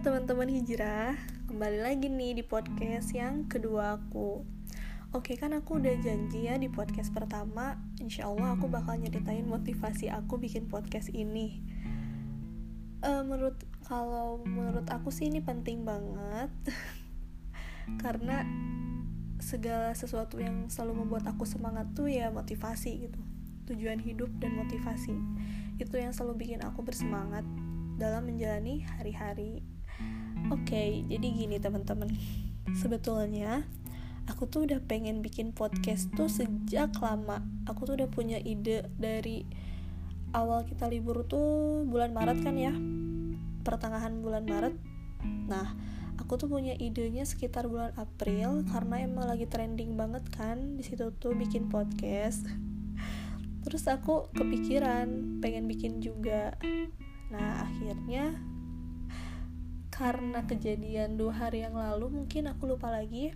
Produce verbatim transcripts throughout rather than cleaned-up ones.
teman-teman hijrah, kembali lagi nih di podcast yang kedua aku. Oke, kan aku udah janji ya di podcast pertama, insya Allah aku bakal nyeritain motivasi aku bikin podcast ini. uh, Menurut kalau menurut aku sih ini penting banget karena segala sesuatu yang selalu membuat aku semangat tuh ya motivasi gitu. Tujuan hidup dan motivasi itu yang selalu bikin aku bersemangat dalam menjalani hari-hari. Oke, okay, jadi gini teman-teman. Sebetulnya aku tuh udah pengen bikin podcast tuh sejak lama. Aku tuh udah punya ide dari awal kita libur tuh bulan Maret kan ya, pertengahan bulan Maret. Nah, aku tuh punya idenya sekitar bulan April karena emang lagi trending banget kan di situ tuh bikin podcast. Terus aku kepikiran pengen bikin juga. Nah, akhirnya karena kejadian dua hari yang lalu, mungkin aku lupa lagi.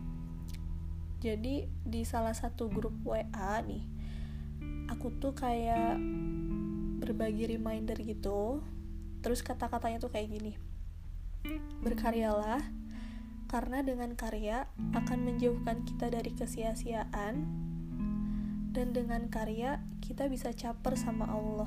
Jadi di salah satu grup W A nih, aku tuh kayak berbagi reminder gitu. Terus kata-katanya tuh kayak gini: berkaryalah, karena dengan karya akan menjauhkan kita dari kesia-siaan, dan dengan karya kita bisa caper sama Allah.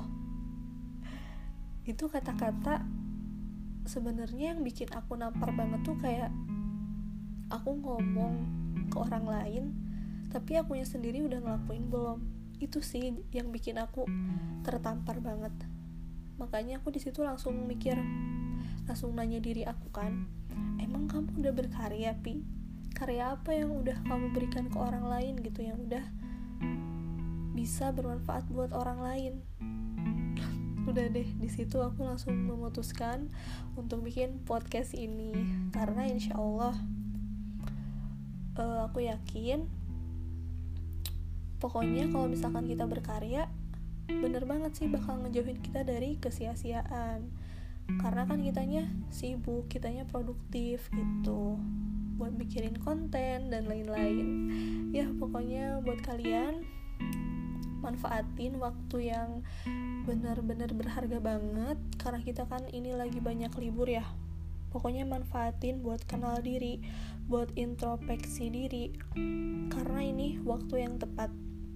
Itu kata-kata sebenarnya yang bikin aku nampar banget tuh kayak aku ngomong ke orang lain tapi akunya sendiri udah ngelakuin belum. Itu sih yang bikin aku tertampar banget. Makanya aku di situ langsung mikir, langsung nanya diri aku kan, emang kamu udah berkarya, Pi? Karya apa yang udah kamu berikan ke orang lain gitu, yang udah bisa bermanfaat buat orang lain? Udah deh, di situ aku langsung memutuskan untuk bikin podcast ini karena insya Allah uh, aku yakin pokoknya kalau misalkan kita berkarya, bener banget sih bakal ngejauhin kita dari kesia-siaan. Karena kan kitanya sibuk, kitanya produktif gitu, buat mikirin konten dan lain-lain. Ya pokoknya buat kalian, manfaatin waktu yang benar-benar berharga banget karena kita kan ini lagi banyak libur ya. Pokoknya manfaatin buat kenal diri, buat introspeksi diri, karena ini waktu yang tepat.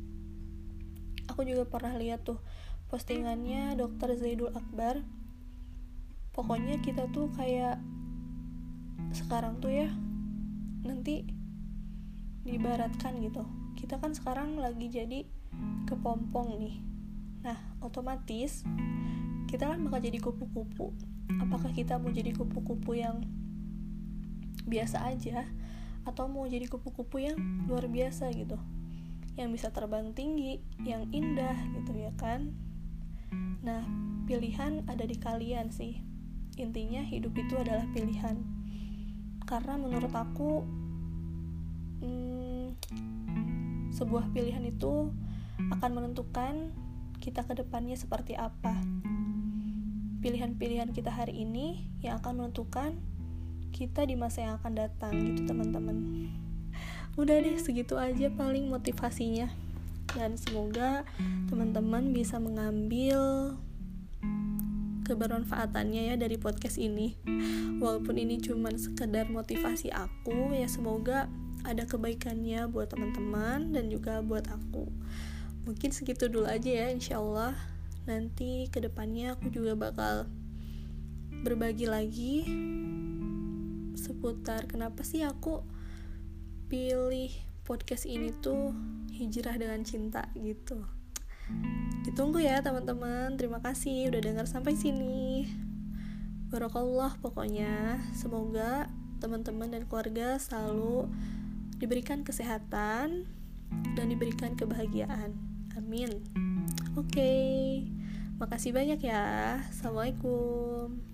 Aku juga pernah lihat tuh postingannya dokter Zaidul Akbar. Pokoknya kita tuh kayak sekarang tuh ya, nanti diibaratkan gitu, kita kan sekarang lagi jadi kepompong nih. Nah, otomatis kita kan bakal jadi kupu-kupu. Apakah kita mau jadi kupu-kupu yang biasa aja atau mau jadi kupu-kupu yang luar biasa gitu, yang bisa terbang tinggi, yang indah gitu ya kan. Nah, pilihan ada di kalian sih. Intinya hidup itu adalah pilihan. Karena menurut aku hmm, sebuah pilihan itu akan menentukan kita ke depannya seperti apa. Pilihan-pilihan kita hari ini yang akan menentukan kita di masa yang akan datang gitu teman-teman. Udah deh, segitu aja paling motivasinya. Dan semoga teman-teman bisa mengambil kebermanfaatannya ya dari podcast ini. Walaupun ini cuma sekedar motivasi aku, ya semoga ada kebaikannya buat teman-teman dan juga buat aku. Mungkin segitu dulu aja ya, insya Allah. Nanti kedepannya aku juga bakal berbagi lagi seputar kenapa sih aku pilih podcast ini tuh hijrah dengan cinta gitu. Ditunggu ya teman-teman. Terima kasih udah dengar sampai sini. Barakallah pokoknya. Semoga teman-teman dan keluarga selalu diberikan kesehatan dan diberikan kebahagiaan. Amin. Oke, okay. Makasih banyak ya. Assalamualaikum.